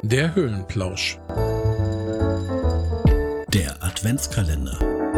Der Höhlenplausch. Der Adventskalender.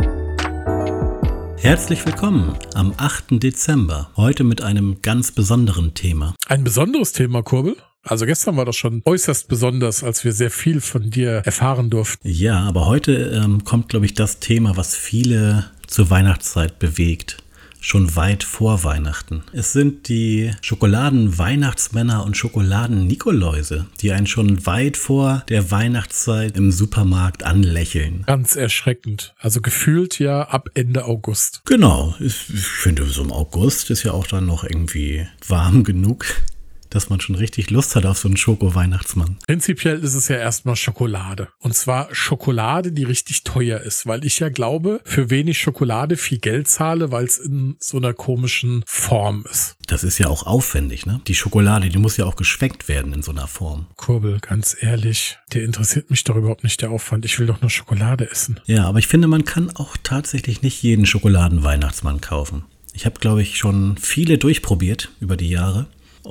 Herzlich willkommen am 8. Dezember, heute mit einem ganz besonderen Thema. Ein besonderes Thema, Kurbel? Also gestern war das schon äußerst besonders, als wir sehr viel von dir erfahren durften. Ja, aber heute kommt, glaube ich, das Thema, was viele zur Weihnachtszeit bewegt. Schon weit vor Weihnachten. Es sind die Schokoladen-Weihnachtsmänner und Schokoladen-Nikoläuse, die einen schon weit vor der Weihnachtszeit im Supermarkt anlächeln. Ganz erschreckend. Also gefühlt ja ab Ende August. Genau. Ich finde, so im August ist ja auch dann noch irgendwie warm genug, dass man schon richtig Lust hat auf so einen Schoko-Weihnachtsmann. Prinzipiell ist es ja erstmal Schokolade. Und zwar Schokolade, die richtig teuer ist, weil ich ja glaube, für wenig Schokolade viel Geld zahle, weil es in so einer komischen Form ist. Das ist ja auch aufwendig, ne? Die Schokolade, die muss ja auch geschmeckt werden in so einer Form. Kurbel, ganz ehrlich, der interessiert mich doch überhaupt nicht, der Aufwand. Ich will doch nur Schokolade essen. Ja, aber ich finde, man kann auch tatsächlich nicht jeden Schokoladen-Weihnachtsmann kaufen. Ich habe, glaube ich, schon viele durchprobiert über die Jahre.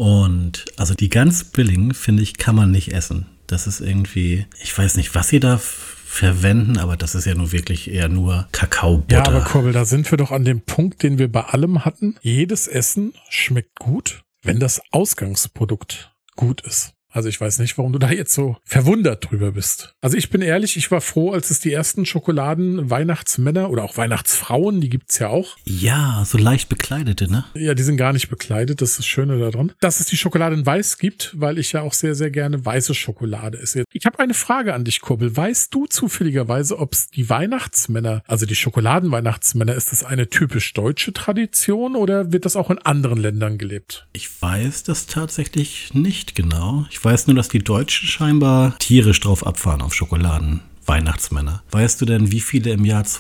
Und also die ganz billigen, finde ich, kann man nicht essen. Das ist irgendwie, ich weiß nicht, was sie da verwenden, aber das ist ja nun wirklich eher nur Kakaobutter. Ja, aber Kurbel, da sind wir doch an dem Punkt, den wir bei allem hatten. Jedes Essen schmeckt gut, wenn das Ausgangsprodukt gut ist. Also ich weiß nicht, warum du da jetzt so verwundert drüber bist. Also ich bin ehrlich, ich war froh, als es die ersten Schokoladen-Weihnachtsmänner oder auch Weihnachtsfrauen, die gibt's ja auch. Ja, so leicht bekleidete, ne? Ja, die sind gar nicht bekleidet, das ist das Schöne daran. Dass es die Schokolade in Weiß gibt, weil ich ja auch sehr, sehr gerne weiße Schokolade esse. Ich habe eine Frage an dich, Kurbel. Weißt du zufälligerweise, ob es die Weihnachtsmänner, also die Schokoladen-Weihnachtsmänner, ist das eine typisch deutsche Tradition oder wird das auch in anderen Ländern gelebt? Ich weiß das tatsächlich nicht genau. Ich weiß nur, dass die Deutschen scheinbar tierisch drauf abfahren auf Schokoladen-Weihnachtsmänner. Weißt du denn, wie viele im Jahr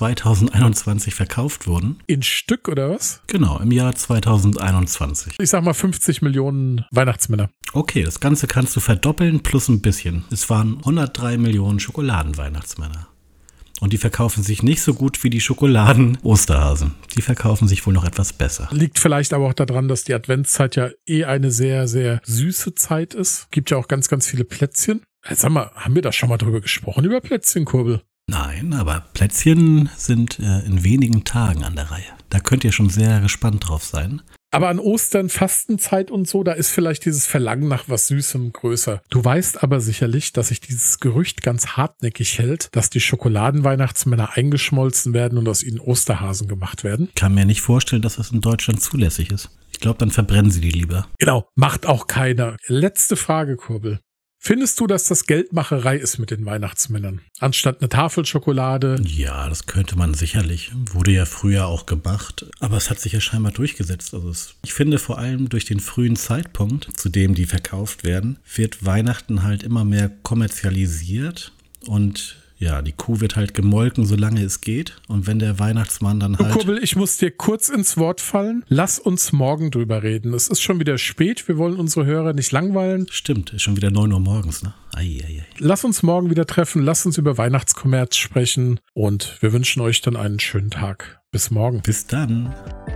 2021 verkauft wurden? In Stück oder was? Genau, im Jahr 2021. Ich sag mal 50 Millionen Weihnachtsmänner. Okay, das Ganze kannst du verdoppeln plus ein bisschen. Es waren 103 Millionen Schokoladen-Weihnachtsmänner. Und die verkaufen sich nicht so gut wie die Schokoladen-Osterhasen. Die verkaufen sich wohl noch etwas besser. Liegt vielleicht aber auch daran, dass die Adventszeit ja eine sehr, sehr süße Zeit ist. Gibt ja auch ganz, ganz viele Plätzchen. Sag mal, haben wir da schon mal drüber gesprochen, über Plätzchenkurbel? Nein, aber Plätzchen sind in wenigen Tagen an der Reihe. Da könnt ihr schon sehr gespannt drauf sein. Aber an Ostern, Fastenzeit und so, da ist vielleicht dieses Verlangen nach was Süßem größer. Du weißt aber sicherlich, dass sich dieses Gerücht ganz hartnäckig hält, dass die Schokoladenweihnachtsmänner eingeschmolzen werden und aus ihnen Osterhasen gemacht werden. Ich kann mir nicht vorstellen, dass das in Deutschland zulässig ist. Ich glaube, dann verbrennen sie die lieber. Genau, macht auch keiner. Letzte Frage, Kurbel. Findest du, dass das Geldmacherei ist mit den Weihnachtsmännern? Anstatt eine Tafel Schokolade? Ja, das könnte man sicherlich. Wurde ja früher auch gemacht. Aber es hat sich ja scheinbar durchgesetzt. Also ich finde vor allem durch den frühen Zeitpunkt, zu dem die verkauft werden, wird Weihnachten halt immer mehr kommerzialisiert. Und ja, die Kuh wird halt gemolken, solange es geht. Und wenn der Weihnachtsmann dann halt... Kurbel, ich muss dir kurz ins Wort fallen. Lass uns morgen drüber reden. Es ist schon wieder spät. Wir wollen unsere Hörer nicht langweilen. Stimmt, ist schon wieder 9 Uhr morgens, ne? Ei. Lass uns morgen wieder treffen. Lass uns über Weihnachtskommerz sprechen. Und wir wünschen euch dann einen schönen Tag. Bis morgen. Bis dann.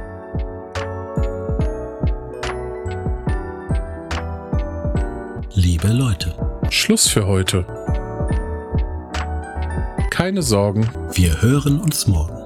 Liebe Leute. Schluss für heute. Keine Sorgen. Wir hören uns morgen.